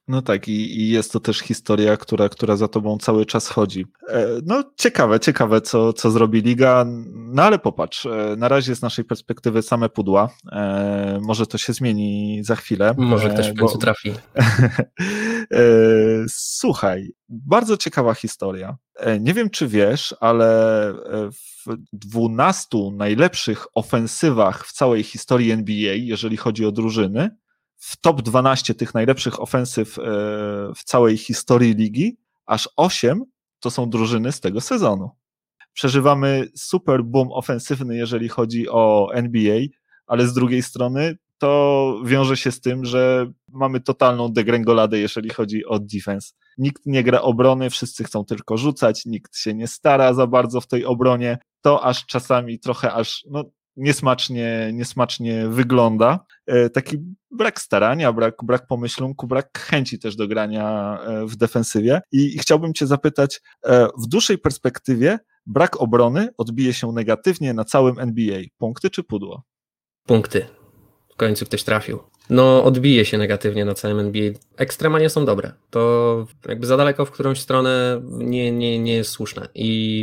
No tak, i, i jest to też historia, która, która za tobą cały czas chodzi. E, no ciekawe, ciekawe, co, co zrobi Liga, no ale popatrz, e, na razie z naszej perspektywy same pudła, e, może to się zmieni za chwilę. Może ktoś w końcu bo... trafi. e, słuchaj, bardzo ciekawa historia. E, nie wiem, czy wiesz, ale w dwunastu najlepszych ofensywach w całej historii N B A, jeżeli chodzi o drużyny, w top dwanaście tych najlepszych ofensyw w całej historii ligi, aż osiem to są drużyny z tego sezonu. Przeżywamy super boom ofensywny, jeżeli chodzi o N B A, ale z drugiej strony to wiąże się z tym, że mamy totalną degrengoladę, jeżeli chodzi o defense. Nikt nie gra obrony, wszyscy chcą tylko rzucać, nikt się nie stara za bardzo w tej obronie. To aż czasami trochę aż no, niesmacznie, niesmacznie wygląda. E, taki brak starania, brak, brak pomyślunku, brak chęci też do grania w defensywie. I, i chciałbym cię zapytać, e, w dłuższej perspektywie brak obrony odbije się negatywnie na całym N B A. Punkty czy pudło? Punkty. W końcu ktoś trafił. No, odbije się negatywnie na całym N B A. Ekstrema nie są dobre. To jakby za daleko w którąś stronę nie, nie, nie jest słuszne. I,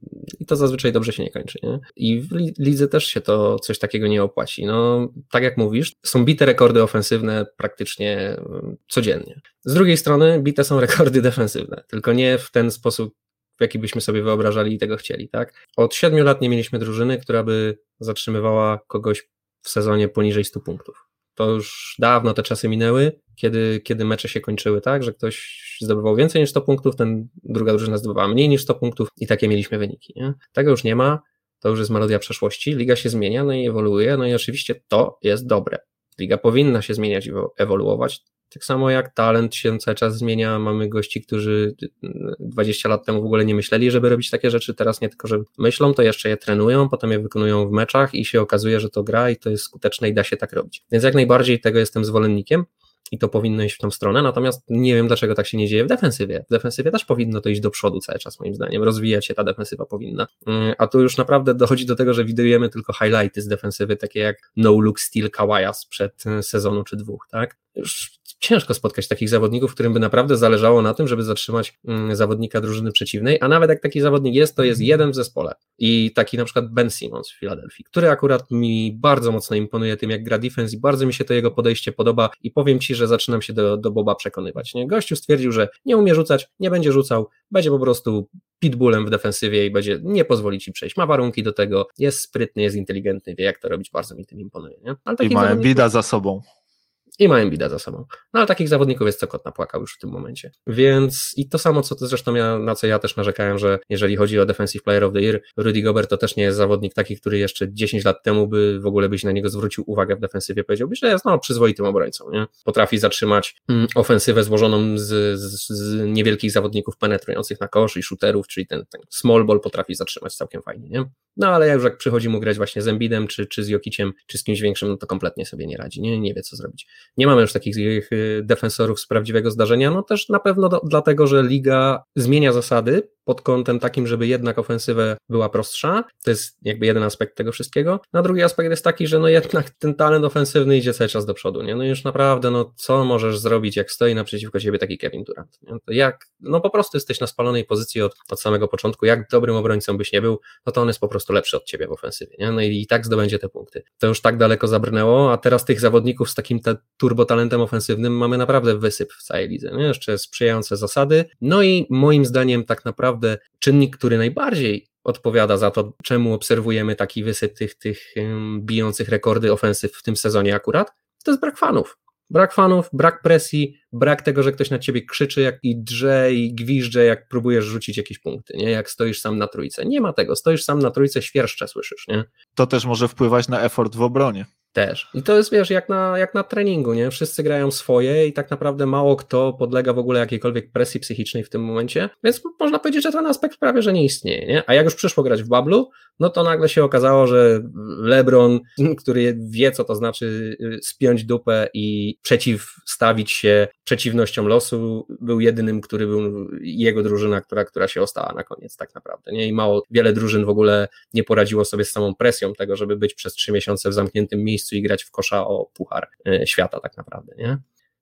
i to zazwyczaj dobrze się nie kończy. Nie? I w lidze też się to coś takiego nie opłaci. No, tak jak mówisz, są bite rekordy ofensywne praktycznie codziennie. Z drugiej strony bite są rekordy defensywne, tylko nie w ten sposób, w jaki byśmy sobie wyobrażali i tego chcieli. Tak? Od siedmiu lat nie mieliśmy drużyny, która by zatrzymywała kogoś w sezonie poniżej stu punktów. To już dawno te czasy minęły, kiedy, kiedy mecze się kończyły tak, że ktoś zdobywał więcej niż sto punktów, ten druga drużyna zdobywała mniej niż sto punktów i takie mieliśmy wyniki. Nie? Tego już nie ma, to już jest melodia przeszłości, liga się zmienia, no i ewoluuje, no i oczywiście to jest dobre. Liga powinna się zmieniać i ewoluować, tak samo jak talent się cały czas zmienia, mamy gości, którzy dwadzieścia lat temu w ogóle nie myśleli, żeby robić takie rzeczy, teraz nie tylko, że myślą, to jeszcze je trenują, potem je wykonują w meczach i się okazuje, że to gra i to jest skuteczne i da się tak robić. Więc jak najbardziej tego jestem zwolennikiem i to powinno iść w tą stronę, natomiast nie wiem, dlaczego tak się nie dzieje w defensywie. W defensywie też powinno to iść do przodu cały czas, moim zdaniem, rozwijać się ta defensywa powinna. A tu już naprawdę dochodzi do tego, że widujemy tylko highlighty z defensywy, takie jak no-look steal Kawaja sprzed sezonu czy dwóch, tak? Już ciężko spotkać takich zawodników, którym by naprawdę zależało na tym, żeby zatrzymać zawodnika drużyny przeciwnej, a nawet jak taki zawodnik jest, to jest jeden w zespole. I taki na przykład Ben Simmons w Filadelfii, który akurat mi bardzo mocno imponuje tym, jak gra defense i bardzo mi się to jego podejście podoba i powiem Ci, że zaczynam się do, do Boba przekonywać. Nie? Gościu stwierdził, że nie umie rzucać, nie będzie rzucał, będzie po prostu pitbullem w defensywie i będzie nie pozwoli Ci przejść. Ma warunki do tego, jest sprytny, jest inteligentny, wie jak to robić, bardzo mi tym imponuje. Nie? Ale I ma Embida za sobą. I ma Embida za sobą. No ale takich zawodników jest co kot napłakał już w tym momencie. Więc i to samo, co to zresztą ja, na co ja też narzekałem, że jeżeli chodzi o Defensive Player of the Year, Rudy Gobert to też nie jest zawodnik taki, który jeszcze dziesięć lat temu by w ogóle byś na niego zwrócił uwagę w defensywie, powiedziałbyś, że jest no, przyzwoitym obrońcą. Nie? Potrafi zatrzymać mm, ofensywę złożoną z, z, z niewielkich zawodników penetrujących na kosz i shooterów, czyli ten, ten small ball potrafi zatrzymać całkiem fajnie. Nie? No ale już jak przychodzi mu grać właśnie z Embidem, czy, czy z Jokiciem, czy z kimś większym, no to kompletnie sobie nie radzi, nie, nie wie co zrobić. Nie mamy już takich defensorów z prawdziwego zdarzenia, no też na pewno do, dlatego, że liga zmienia zasady pod kątem takim, żeby jednak ofensywę była prostsza, to jest jakby jeden aspekt tego wszystkiego, a drugi aspekt jest taki, że no jednak ten talent ofensywny idzie cały czas do przodu, nie? No już naprawdę, no co możesz zrobić, jak stoi naprzeciwko ciebie taki Kevin Durant, nie? To jak, no po prostu jesteś na spalonej pozycji od, od samego początku, jak dobrym obrońcą byś nie był, no to on jest po prostu lepszy od ciebie w ofensywie, nie? No i, i tak zdobędzie te punkty. To już tak daleko zabrnęło, a teraz tych zawodników z takim te turbotalentem ofensywnym mamy naprawdę wysyp w całej lidze, nie? Jeszcze sprzyjające zasady, no i moim zdaniem tak naprawdę czynnik, który najbardziej odpowiada za to, czemu obserwujemy taki wysyp tych, tych um, bijących rekordy ofensyw w tym sezonie akurat, to jest brak fanów. Brak fanów, brak presji, brak tego, że ktoś na ciebie krzyczy jak i drze i gwizdże, jak próbujesz rzucić jakieś punkty, nie? Jak stoisz sam na trójce. Nie ma tego, stoisz sam na trójce, świerszcze słyszysz, nie? To też może wpływać na effort w obronie. Też. I to jest, wiesz, jak na, jak na treningu, nie? Wszyscy grają swoje i tak naprawdę mało kto podlega w ogóle jakiejkolwiek presji psychicznej w tym momencie, więc można powiedzieć, że ten aspekt prawie, że nie istnieje, nie? A jak już przyszło grać w bablu, no to nagle się okazało, że LeBron, który wie, co to znaczy spiąć dupę i przeciwstawić się przeciwnościom losu, był jedynym, który był jego drużyna, która, która się ostała na koniec tak naprawdę, nie? I mało, wiele drużyn w ogóle nie poradziło sobie z samą presją tego, żeby być przez trzy miesiące w zamkniętym miejscu i grać w kosza o puchar świata tak naprawdę, nie?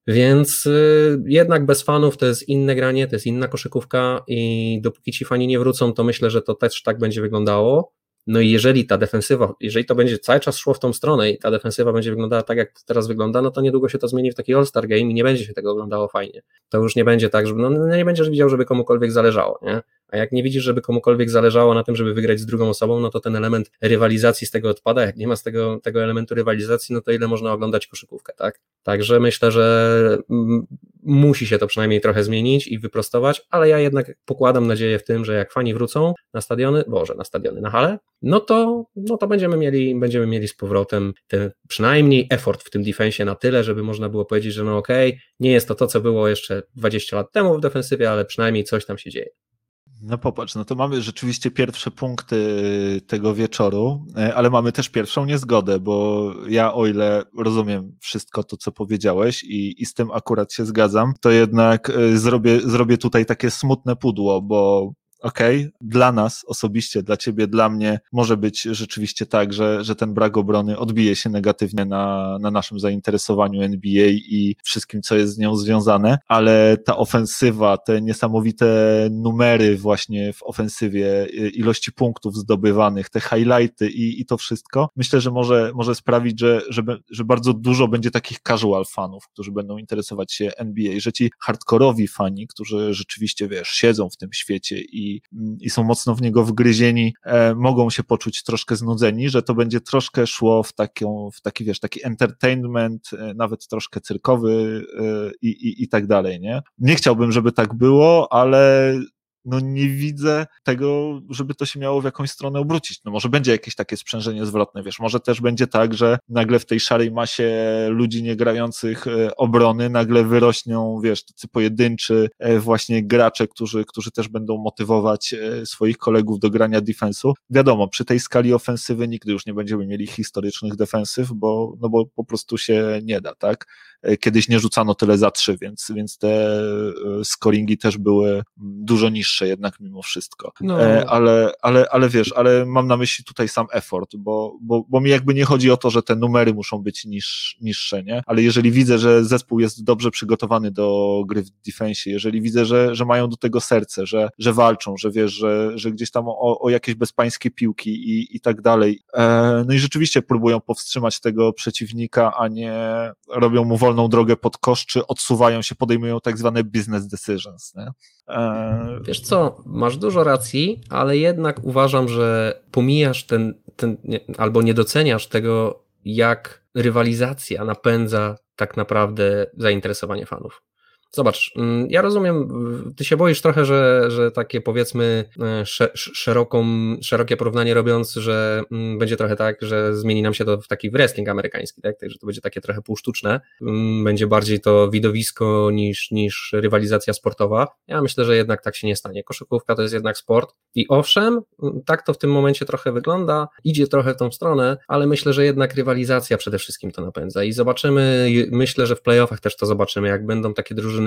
Więc y, jednak bez fanów to jest inne granie, to jest inna koszykówka i dopóki ci fani nie wrócą, to myślę, że to też tak będzie wyglądało. No i jeżeli ta defensywa, jeżeli to będzie cały czas szło w tą stronę i ta defensywa będzie wyglądała tak, jak teraz wygląda, no to niedługo się to zmieni w taki All-Star Game i nie będzie się tego oglądało fajnie. To już nie będzie tak, żeby, no nie będziesz widział, żeby komukolwiek zależało, nie? A jak nie widzisz, żeby komukolwiek zależało na tym, żeby wygrać z drugą osobą, no to ten element rywalizacji z tego odpada. Jak nie ma z tego, tego elementu rywalizacji, no to ile można oglądać koszykówkę, tak? Także myślę, że m, musi się to przynajmniej trochę zmienić i wyprostować, ale ja jednak pokładam nadzieję w tym, że jak fani wrócą na stadiony, boże, na stadiony, na hale, no to, no to będziemy mieli, będziemy mieli z powrotem ten przynajmniej effort w tym defensie na tyle, żeby można było powiedzieć, że no okej, okay, nie jest to to, co było jeszcze dwadzieścia lat temu w defensywie, ale przynajmniej coś tam się dzieje. No popatrz, no to mamy rzeczywiście pierwsze punkty tego wieczoru, ale mamy też pierwszą niezgodę, bo ja o ile rozumiem wszystko to, co powiedziałeś i, i z tym akurat się zgadzam, to jednak zrobię, zrobię tutaj takie smutne pudło, bo okej, okay, dla nas osobiście, dla ciebie, dla mnie może być rzeczywiście tak, że, że ten brak obrony odbije się negatywnie na, na naszym zainteresowaniu N B A i wszystkim, co jest z nią związane, ale ta ofensywa, te niesamowite numery właśnie w ofensywie, ilości punktów zdobywanych, te highlighty i, i to wszystko, myślę, że może, może sprawić, że, że, że bardzo dużo będzie takich casual fanów, którzy będą interesować się N B A, że ci hardkorowi fani, którzy rzeczywiście, wiesz, siedzą w tym świecie i i są mocno w niego wgryzieni, e, mogą się poczuć troszkę znudzeni, że to będzie troszkę szło w, taką, w taki, wiesz, taki entertainment, e, nawet troszkę cyrkowy e, i, i, i tak dalej, nie? Nie chciałbym, żeby tak było, ale no nie widzę tego, żeby to się miało w jakąś stronę obrócić. No może będzie jakieś takie sprzężenie zwrotne, wiesz, może też będzie tak, że nagle w tej szarej masie ludzi niegrających obrony nagle wyrośną, wiesz, tacy pojedynczy właśnie gracze, którzy, którzy też będą motywować swoich kolegów do grania defensu. Wiadomo, przy tej skali ofensywy nigdy już nie będziemy mieli historycznych defensyw, bo, no bo po prostu się nie da, tak? Kiedyś nie rzucano tyle za trzy, więc, więc te scoringi też były dużo niższe jednak mimo wszystko. No. Ale, ale, ale wiesz, ale mam na myśli tutaj sam effort, bo, bo, bo mi jakby nie chodzi o to, że te numery muszą być niż, niższe, nie? Ale jeżeli widzę, że zespół jest dobrze przygotowany do gry w defensie, jeżeli widzę, że, że mają do tego serce, że, że walczą, że wiesz, że, że gdzieś tam o, o jakieś bezpańskie piłki i, i tak dalej. No i rzeczywiście próbują powstrzymać tego przeciwnika, a nie robią mu wolną drogę pod kosz, czy odsuwają się, podejmują tak zwane business decisions, nie? E... Wiesz co, masz dużo racji, ale jednak uważam, że pomijasz ten, ten nie, albo nie doceniasz tego, jak rywalizacja napędza tak naprawdę zainteresowanie fanów. Zobacz, ja rozumiem, ty się boisz trochę, że, że takie powiedzmy szeroką, szerokie porównanie robiąc, że będzie trochę tak, że zmieni nam się to w taki wrestling amerykański, tak? Także to będzie takie trochę półsztuczne, będzie bardziej to widowisko niż, niż rywalizacja sportowa. Ja myślę, że jednak tak się nie stanie. Koszykówka to jest jednak sport i owszem, tak to w tym momencie trochę wygląda, idzie trochę w tą stronę, ale myślę, że jednak rywalizacja przede wszystkim to napędza i zobaczymy, myślę, że w playoffach też to zobaczymy, jak będą takie drużyny,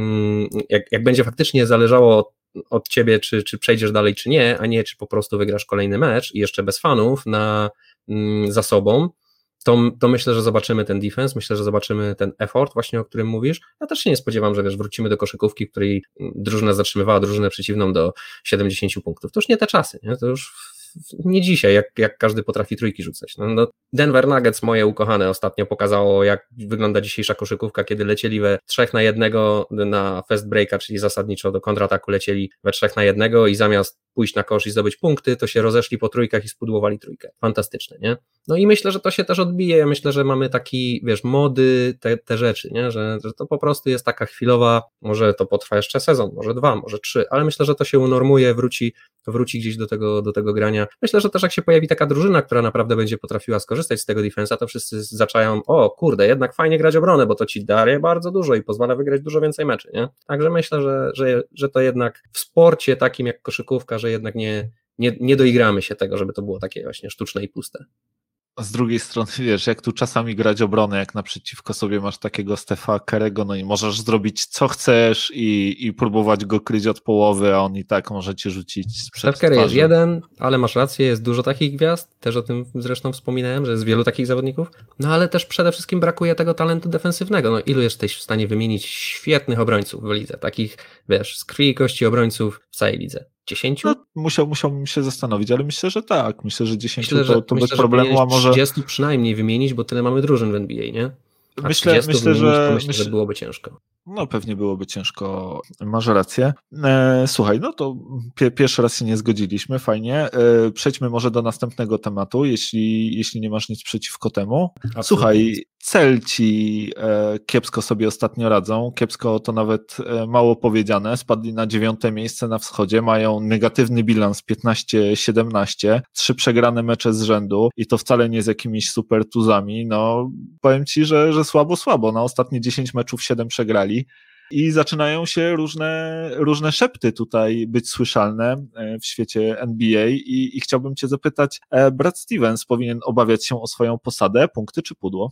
Jak, jak będzie faktycznie zależało od, od ciebie, czy, czy przejdziesz dalej, czy nie, a nie czy po prostu wygrasz kolejny mecz i jeszcze bez fanów na, za sobą, to, to myślę, że zobaczymy ten defense, myślę, że zobaczymy ten effort właśnie, o którym mówisz. Ja też się nie spodziewam, że wiesz, wrócimy do koszykówki, w której drużyna zatrzymywała drużynę przeciwną do siedemdziesięciu punktów. To już nie te czasy, nie? To już nie dzisiaj, jak, jak każdy potrafi trójki rzucać. No, no Denver Nuggets, moje ukochane, ostatnio pokazało, jak wygląda dzisiejsza koszykówka, kiedy lecieli we trzech na jednego na fast breaka, czyli zasadniczo do kontrataku lecieli we trzech na jednego i zamiast pójść na kosz i zdobyć punkty, to się rozeszli po trójkach i spudłowali trójkę. Fantastyczne, nie? No i myślę, że to się też odbije. Ja myślę, że mamy taki, wiesz, mody, te, te rzeczy, nie? Że, że to po prostu jest taka chwilowa, może to potrwa jeszcze sezon, może dwa, może trzy, ale myślę, że to się unormuje, wróci, wróci gdzieś do tego, do tego grania. Myślę, że też jak się pojawi taka drużyna, która naprawdę będzie potrafiła skorzystać z tego defensa, to wszyscy zaczają, o kurde, jednak fajnie grać obronę, bo to ci daje bardzo dużo i pozwala wygrać dużo więcej meczy, nie? Także myślę, że, że, że to jednak w sporcie takim jak koszykówka, że jednak nie, nie, nie doigramy się tego, żeby to było takie właśnie sztuczne i puste. Z drugiej strony, wiesz, jak tu czasami grać obronę, jak naprzeciwko sobie masz takiego Stefa Kerego, no i możesz zrobić co chcesz i, i próbować go kryć od połowy, a on i tak może ci rzucić sprzed Steph Curry jest twarzy. jeden, ale masz rację, jest dużo takich gwiazd, też o tym zresztą wspominałem, że jest wielu takich zawodników, no ale też przede wszystkim brakuje tego talentu defensywnego. No ilu jesteś w stanie wymienić świetnych obrońców w lidze, takich, wiesz, z krwi i kości obrońców w całej lidze? Dziesięciu? No, musiał, musiałbym się zastanowić, ale myślę, że tak. Myślę, że dziesięciu Myślę, to, że, to myślę, bez że problemu, a może... trzydziestu przynajmniej wymienić, bo tyle mamy drużyn w N B A, nie? A Myślę, trzydziestu myślę, wymienić, że, to myślę, myślę, że byłoby ciężko. No pewnie byłoby ciężko, masz rację. E, słuchaj, no to pie, pierwszy raz się nie zgodziliśmy, fajnie. E, przejdźmy może do następnego tematu, jeśli, jeśli nie masz nic przeciwko temu. Absolutnie. Słuchaj, Celci e, kiepsko sobie ostatnio radzą, kiepsko to nawet e, mało powiedziane, spadli na dziewiąte miejsce na wschodzie, mają negatywny bilans piętnaście siedemnaście, trzy przegrane mecze z rzędu i to wcale nie z jakimiś super tuzami, no powiem ci, że, że słabo, słabo, na ostatnie dziesięć meczów siedem przegrali. I zaczynają się różne, różne szepty tutaj być słyszalne w świecie N B A i, i chciałbym cię zapytać, Brad Stevens powinien obawiać się o swoją posadę, punkty czy pudło?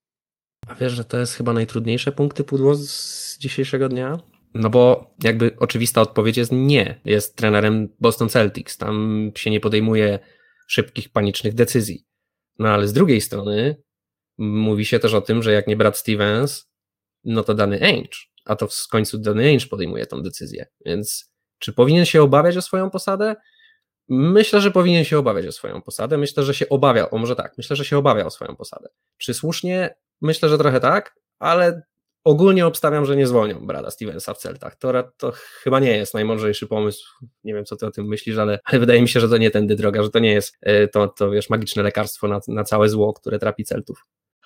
A wiesz, że to jest chyba najtrudniejsze punkty pudło z dzisiejszego dnia? No bo jakby oczywista odpowiedź jest nie. Jest trenerem Boston Celtics, tam się nie podejmuje szybkich, panicznych decyzji. No ale z drugiej strony mówi się też o tym, że jak nie Brad Stevens, no to Danny Ainge, a to w końcu Danny Ainge podejmuje tą decyzję, więc czy powinien się obawiać o swoją posadę? Myślę, że powinien się obawiać o swoją posadę, myślę, że się obawia, o może tak, myślę, że się obawia o swoją posadę. Czy słusznie? Myślę, że trochę tak, ale ogólnie obstawiam, że nie zwolnią Brada Stevensa w Celtach. To, to chyba nie jest najmądrzejszy pomysł, nie wiem, co ty o tym myślisz, ale, ale wydaje mi się, że to nie tędy droga, że to nie jest to, to wiesz, magiczne lekarstwo na, na całe zło, które trapi Celtów.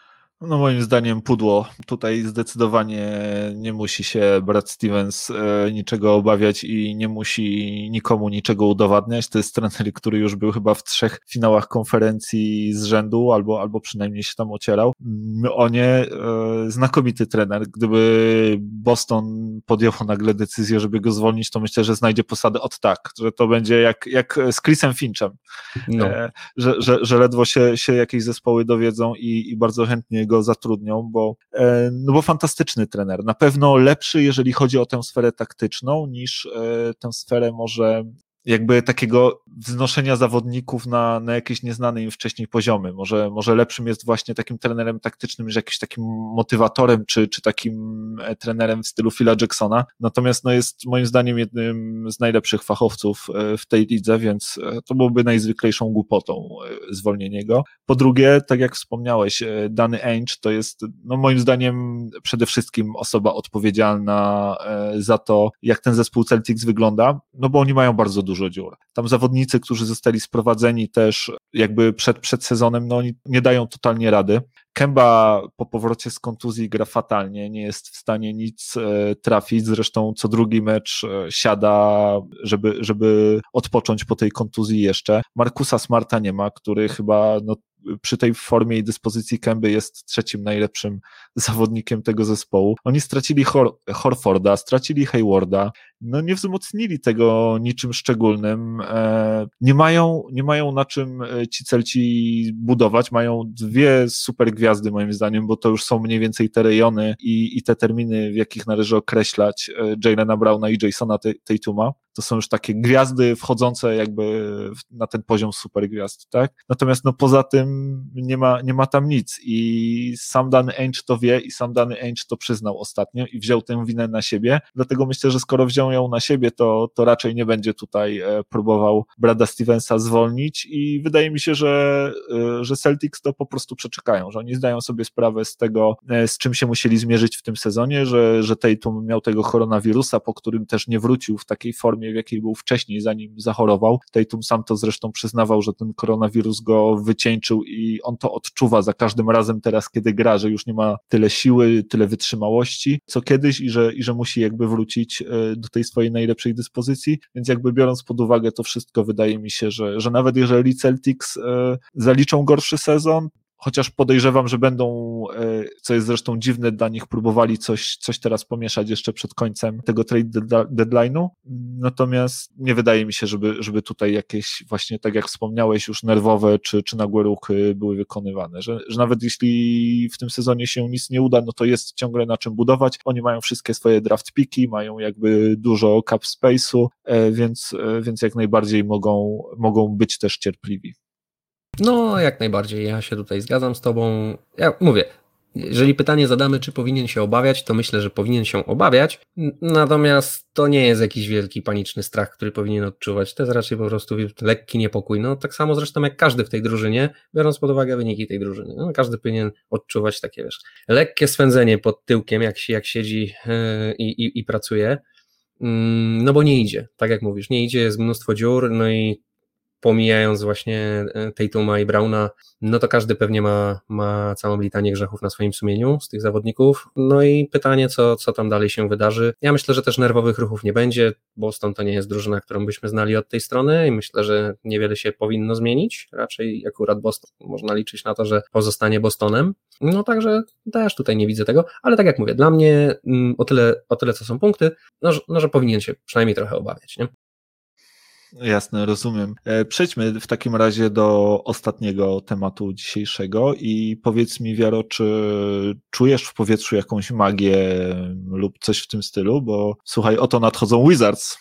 No moim zdaniem pudło. Tutaj zdecydowanie nie musi się Brad Stevens e, niczego obawiać i nie musi nikomu niczego udowadniać. To jest trener, który już był chyba w trzech finałach konferencji z rzędu, albo, albo przynajmniej się tam ocierał. O nie, e, znakomity trener. Gdyby Boston podjął nagle decyzję, żeby go zwolnić, to myślę, że znajdzie posadę od tak, że to będzie jak, jak z Chrisem Finchem, no. e, że, że, że ledwo się, się jakieś zespoły dowiedzą i, i bardzo chętnie go zatrudnią, bo, no bo fantastyczny trener. Na pewno lepszy, jeżeli chodzi o tę sferę taktyczną, niż tę sferę może jakby takiego wznoszenia zawodników na, na jakieś nieznane im wcześniej poziomy. Może, może lepszym jest właśnie takim trenerem taktycznym niż jakimś takim motywatorem, czy, czy takim trenerem w stylu Phila Jacksona. Natomiast no jest moim zdaniem jednym z najlepszych fachowców w tej lidze, więc to byłoby najzwyklejszą głupotą zwolnienie go. Po drugie, tak jak wspomniałeś, Danny Ainge to jest no moim zdaniem przede wszystkim osoba odpowiedzialna za to, jak ten zespół Celtics wygląda, no bo oni mają bardzo dużo dziur. Tam zawodnicy, którzy zostali sprowadzeni też jakby przed, przed sezonem, no oni nie dają totalnie rady. Kemba po powrocie z kontuzji gra fatalnie, nie jest w stanie nic e, trafić, zresztą co drugi mecz e, siada, żeby, żeby odpocząć po tej kontuzji jeszcze. Marcusa Smarta nie ma, który chyba no, przy tej formie i dyspozycji Kemby jest trzecim najlepszym zawodnikiem tego zespołu. Oni stracili Hor- Horforda, stracili Haywarda, no nie wzmocnili tego niczym szczególnym. E, nie mają, nie mają na czym ci Celci budować, mają dwie super gwiazdy moim zdaniem, bo to już są mniej więcej te rejony i, i te terminy, w jakich należy określać Jaylena Browna i Jasona Tatuma. To są już takie gwiazdy wchodzące jakby na ten poziom super gwiazd, tak? Natomiast no poza tym nie ma, nie ma tam nic i sam Danny Ainge to wie i sam Danny Ainge to przyznał ostatnio i wziął tę winę na siebie, dlatego myślę, że skoro wziął ją na siebie, to, to raczej nie będzie tutaj próbował Brada Stevensa zwolnić i wydaje mi się, że, że Celtics to po prostu przeczekają, że oni zdają sobie sprawę z tego, z czym się musieli zmierzyć w tym sezonie, że, że Tatum miał tego koronawirusa, po którym też nie wrócił w takiej formie, w jakiej był wcześniej, zanim zachorował. Tatum sam to zresztą przyznawał, że ten koronawirus go wycieńczył i on to odczuwa za każdym razem teraz, kiedy gra, że już nie ma tyle siły, tyle wytrzymałości, co kiedyś i że, i że musi jakby wrócić do tej swojej najlepszej dyspozycji, więc jakby biorąc pod uwagę to wszystko, wydaje mi się, że, że nawet jeżeli Celtics e, zaliczą gorszy sezon, chociaż podejrzewam, że będą, co jest zresztą dziwne dla nich, próbowali coś, coś teraz pomieszać jeszcze przed końcem tego trade deadline'u, natomiast nie wydaje mi się, żeby, żeby tutaj jakieś właśnie, tak jak wspomniałeś, już nerwowe czy, czy nagłe ruchy były wykonywane, że, że nawet jeśli w tym sezonie się nic nie uda, no to jest ciągle na czym budować, oni mają wszystkie swoje draft piki, mają jakby dużo cap space'u, więc, więc jak najbardziej mogą, mogą być też cierpliwi. No, jak najbardziej, ja się tutaj zgadzam z tobą. Ja mówię, jeżeli pytanie zadamy, czy powinien się obawiać, to myślę, że powinien się obawiać, natomiast to nie jest jakiś wielki, paniczny strach, który powinien odczuwać, to jest raczej po prostu lekki niepokój, no tak samo zresztą jak każdy w tej drużynie, biorąc pod uwagę wyniki tej drużyny, no, każdy powinien odczuwać takie, wiesz, lekkie swędzenie pod tyłkiem, jak, jak siedzi yy, i, i pracuje, yy, no bo nie idzie, tak jak mówisz, nie idzie, jest mnóstwo dziur, no i pomijając właśnie Tatuma i Browna, no to każdy pewnie ma, ma całą litanię grzechów na swoim sumieniu z tych zawodników. No i pytanie, co, co tam dalej się wydarzy. Ja myślę, że też nerwowych ruchów nie będzie. Boston to nie jest drużyna, którą byśmy znali od tej strony i myślę, że niewiele się powinno zmienić. Raczej akurat Boston można liczyć na to, że pozostanie Bostonem. No także też tutaj nie widzę tego, ale tak jak mówię, dla mnie o tyle, o tyle co są punkty, no, no że powinien się przynajmniej trochę obawiać, nie? Jasne, rozumiem. Przejdźmy w takim razie do ostatniego tematu dzisiejszego i powiedz mi, Wiaro, czy czujesz w powietrzu jakąś magię lub coś w tym stylu, bo słuchaj, oto nadchodzą Wizards.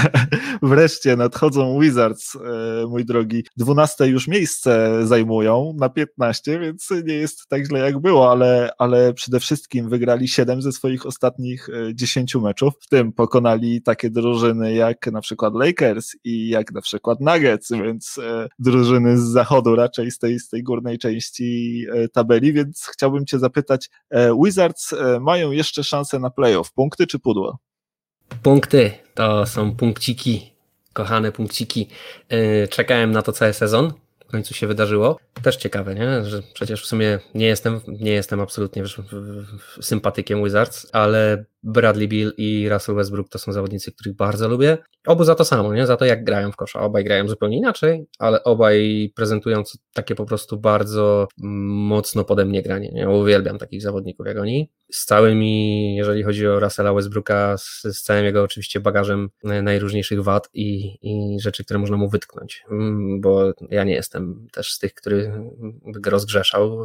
Wreszcie nadchodzą Wizards, mój drogi. dwunaste już miejsce zajmują na piętnaście, więc nie jest tak źle jak było, ale, ale przede wszystkim wygrali siedem ze swoich ostatnich dziesięciu meczów, w tym pokonali takie drużyny jak na przykład Lakers i jak na przykład Nuggets, więc drużyny z zachodu raczej z tej, z tej górnej części tabeli, więc chciałbym cię zapytać, Wizards mają jeszcze szansę na playoff, punkty czy pudło? Punkty, to są punkciki, kochane punkciki. Czekałem na to cały sezon, w końcu się wydarzyło. Też ciekawe, nie? Że przecież w sumie nie jestem, nie jestem absolutnie sympatykiem Wizards, ale Bradley Beal i Russell Westbrook to są zawodnicy, których bardzo lubię. Obu za to samo, nie? Za to jak grają w kosza. Obaj grają zupełnie inaczej, ale obaj prezentują takie po prostu bardzo mocno pode mnie granie. Nie? Uwielbiam takich zawodników jak oni. Z całymi, jeżeli chodzi o Russella Westbrooka, z, z całym jego oczywiście bagażem najróżniejszych wad i, i rzeczy, które można mu wytknąć, bo ja nie jestem też z tych, który by go rozgrzeszał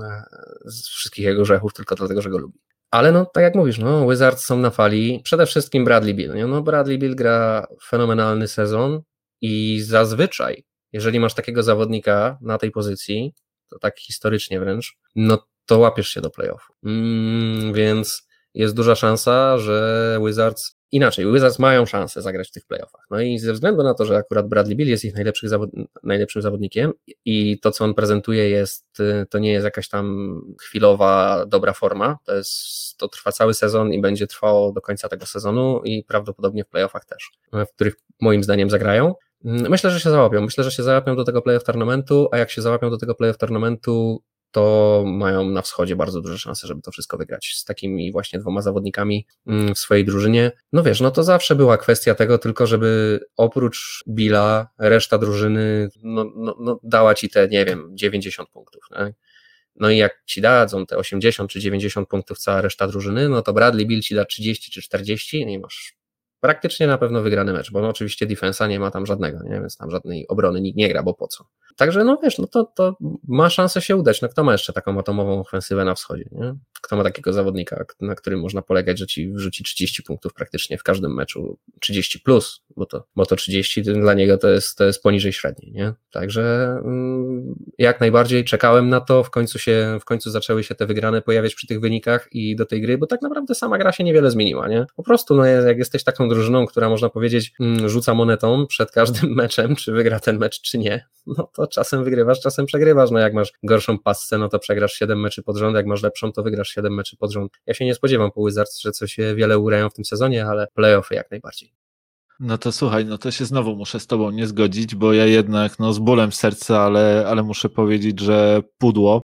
z wszystkich jego grzechów tylko dlatego, że go lubi. Ale no, tak jak mówisz, no, Wizards są na fali, przede wszystkim Bradley Beal, nie? No, Bradley Beal gra fenomenalny sezon i zazwyczaj, jeżeli masz takiego zawodnika na tej pozycji, to tak historycznie wręcz, no to łapiesz się do playoffu, mm, więc jest duża szansa, że Wizards, inaczej, Wizards mają szansę zagrać w tych playoffach, no i ze względu na to, że akurat Bradley Beal jest ich najlepszych zawod- najlepszym zawodnikiem i to, co on prezentuje jest, to nie jest jakaś tam chwilowa, dobra forma, to jest, to trwa cały sezon i będzie trwało do końca tego sezonu i prawdopodobnie w playoffach też, w których moim zdaniem zagrają. Myślę, że się załapią, myślę, że się załapią do tego playoff tournamentu, a jak się załapią do tego playoff tournamentu, to mają na wschodzie bardzo duże szanse, żeby to wszystko wygrać z takimi właśnie dwoma zawodnikami w swojej drużynie. No wiesz, no to zawsze była kwestia tego tylko, żeby oprócz Billa reszta drużyny no, no, no dała ci te, nie wiem, dziewięćdziesiąt punktów. Tak? No i jak ci dadzą te osiemdziesiąt czy dziewięćdziesiąt punktów cała reszta drużyny, no to Bradley Beal ci da trzydzieści czy czterdzieści, no i masz praktycznie na pewno wygrany mecz, bo no oczywiście defensa nie ma tam żadnego, nie? Więc tam żadnej obrony nikt nie gra, bo po co. Także no wiesz, no to, to ma szansę się udać, no kto ma jeszcze taką atomową ofensywę na wschodzie, nie? Kto ma takiego zawodnika, na którym można polegać, że ci wrzuci trzydzieści punktów praktycznie w każdym meczu, trzydzieści plus, bo to, bo to trzydzieści dla niego to jest, to jest poniżej średniej, nie? Także mm, jak najbardziej czekałem na to, w końcu się, w końcu zaczęły się te wygrane pojawiać przy tych wynikach i do tej gry, bo tak naprawdę sama gra się niewiele zmieniła, nie? Po prostu, no jak jesteś taką drużyną, która można powiedzieć rzuca monetą przed każdym meczem, czy wygra ten mecz, czy nie, no to czasem wygrywasz, czasem przegrywasz, no jak masz gorszą passę, no to przegrasz siedem meczy pod rząd, jak masz lepszą, to wygrasz siedem meczy pod rząd. Ja się nie spodziewam po Wizards, że coś się wiele ugrają w tym sezonie, ale playoffy jak najbardziej. No to słuchaj, no to się znowu muszę z tobą nie zgodzić, bo ja jednak no z bólem serca, ale, ale muszę powiedzieć, że pudło.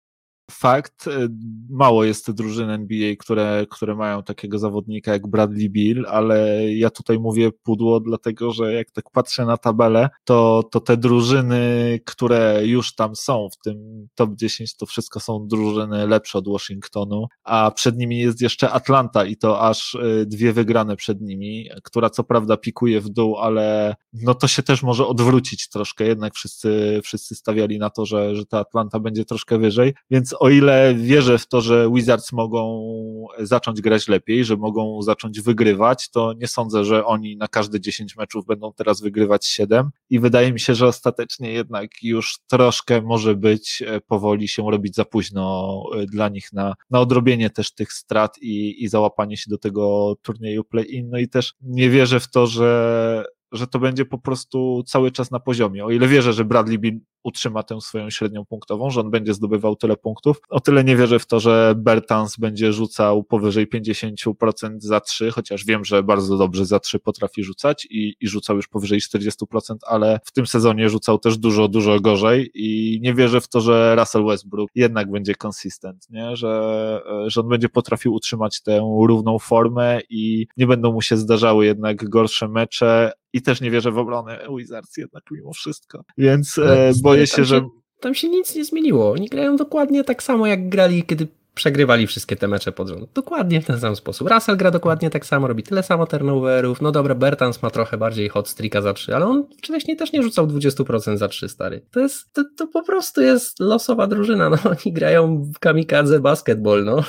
Fakt, mało jest drużyn N B A, które, które mają takiego zawodnika jak Bradley Beal, ale ja tutaj mówię pudło, dlatego że jak tak patrzę na tabelę, to, to te drużyny, które już tam są w tym top dziesięć, to wszystko są drużyny lepsze od Washingtonu, a przed nimi jest jeszcze Atlanta i to aż dwie wygrane przed nimi, która co prawda pikuje w dół, ale no to się też może odwrócić troszkę, jednak wszyscy, wszyscy stawiali na to, że, że ta Atlanta będzie troszkę wyżej, więc o ile wierzę w to, że Wizards mogą zacząć grać lepiej, że mogą zacząć wygrywać, to nie sądzę, że oni na każde dziesięć meczów będą teraz wygrywać siedem i wydaje mi się, że ostatecznie jednak już troszkę może być powoli się robić za późno dla nich na, na odrobienie też tych strat i, i załapanie się do tego turnieju play-in, no i też nie wierzę w to, że że to będzie po prostu cały czas na poziomie. O ile wierzę, że Bradley Beal utrzyma tę swoją średnią punktową, że on będzie zdobywał tyle punktów, o tyle nie wierzę w to, że Bertans będzie rzucał powyżej pięćdziesiąt procent za trzy, chociaż wiem, że bardzo dobrze za trzy potrafi rzucać i, i rzucał już powyżej czterdzieści procent, ale w tym sezonie rzucał też dużo, dużo gorzej i nie wierzę w to, że Russell Westbrook jednak będzie consistent, nie? Że, że on będzie potrafił utrzymać tę równą formę i nie będą mu się zdarzały jednak gorsze mecze. I też nie wierzę w obronę Wizards jednak mimo wszystko. Więc e, boję się, tam że... Się, tam się nic nie zmieniło. Oni grają dokładnie tak samo, jak grali, kiedy przegrywali wszystkie te mecze pod rząd. Dokładnie w ten sam sposób. Russell gra dokładnie tak samo, robi tyle samo turnoverów. No dobra, Bertans ma trochę bardziej hot streaka za trzy, ale on wcześniej też nie rzucał dwadzieścia procent za trzy, stary. To jest, to, to po prostu jest losowa drużyna. No oni grają w kamikadze basketball, no.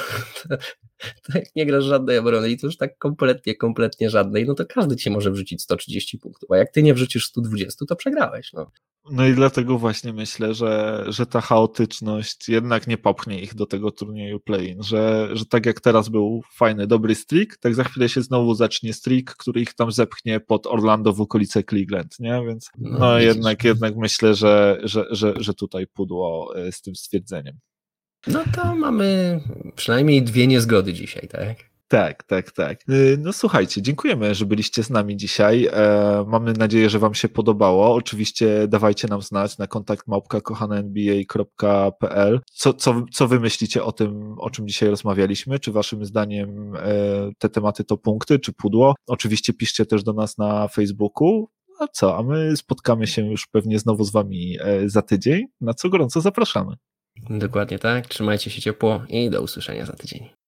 To jak nie grasz żadnej obrony i to już tak kompletnie, kompletnie żadnej, no to każdy ci może wrzucić sto trzydzieści punktów, a jak ty nie wrzucisz sto dwadzieścia, to przegrałeś, no. No i dlatego właśnie myślę, że, że ta chaotyczność jednak nie popchnie ich do tego turnieju play-in, że, że tak jak teraz był fajny, dobry streak, tak za chwilę się znowu zacznie streak, który ich tam zepchnie pod Orlando w okolice Cleveland, nie? Więc no, no jednak, jednak myślę, że, że, że, że tutaj pudło z tym stwierdzeniem. No to mamy przynajmniej dwie niezgody dzisiaj, tak? Tak, tak, tak. No słuchajcie, dziękujemy, że byliście z nami dzisiaj. E, mamy nadzieję, że wam się podobało. Oczywiście dawajcie nam znać na kontakt małpka kochane N B A kropka p l. Co, co, co wy myślicie o tym, o czym dzisiaj rozmawialiśmy? Czy waszym zdaniem e, te tematy to punkty, czy pudło? Oczywiście piszcie też do nas na Facebooku. A co, a my spotkamy się już pewnie znowu z wami e, za tydzień, na co gorąco zapraszamy. Dokładnie tak. Trzymajcie się ciepło i do usłyszenia za tydzień.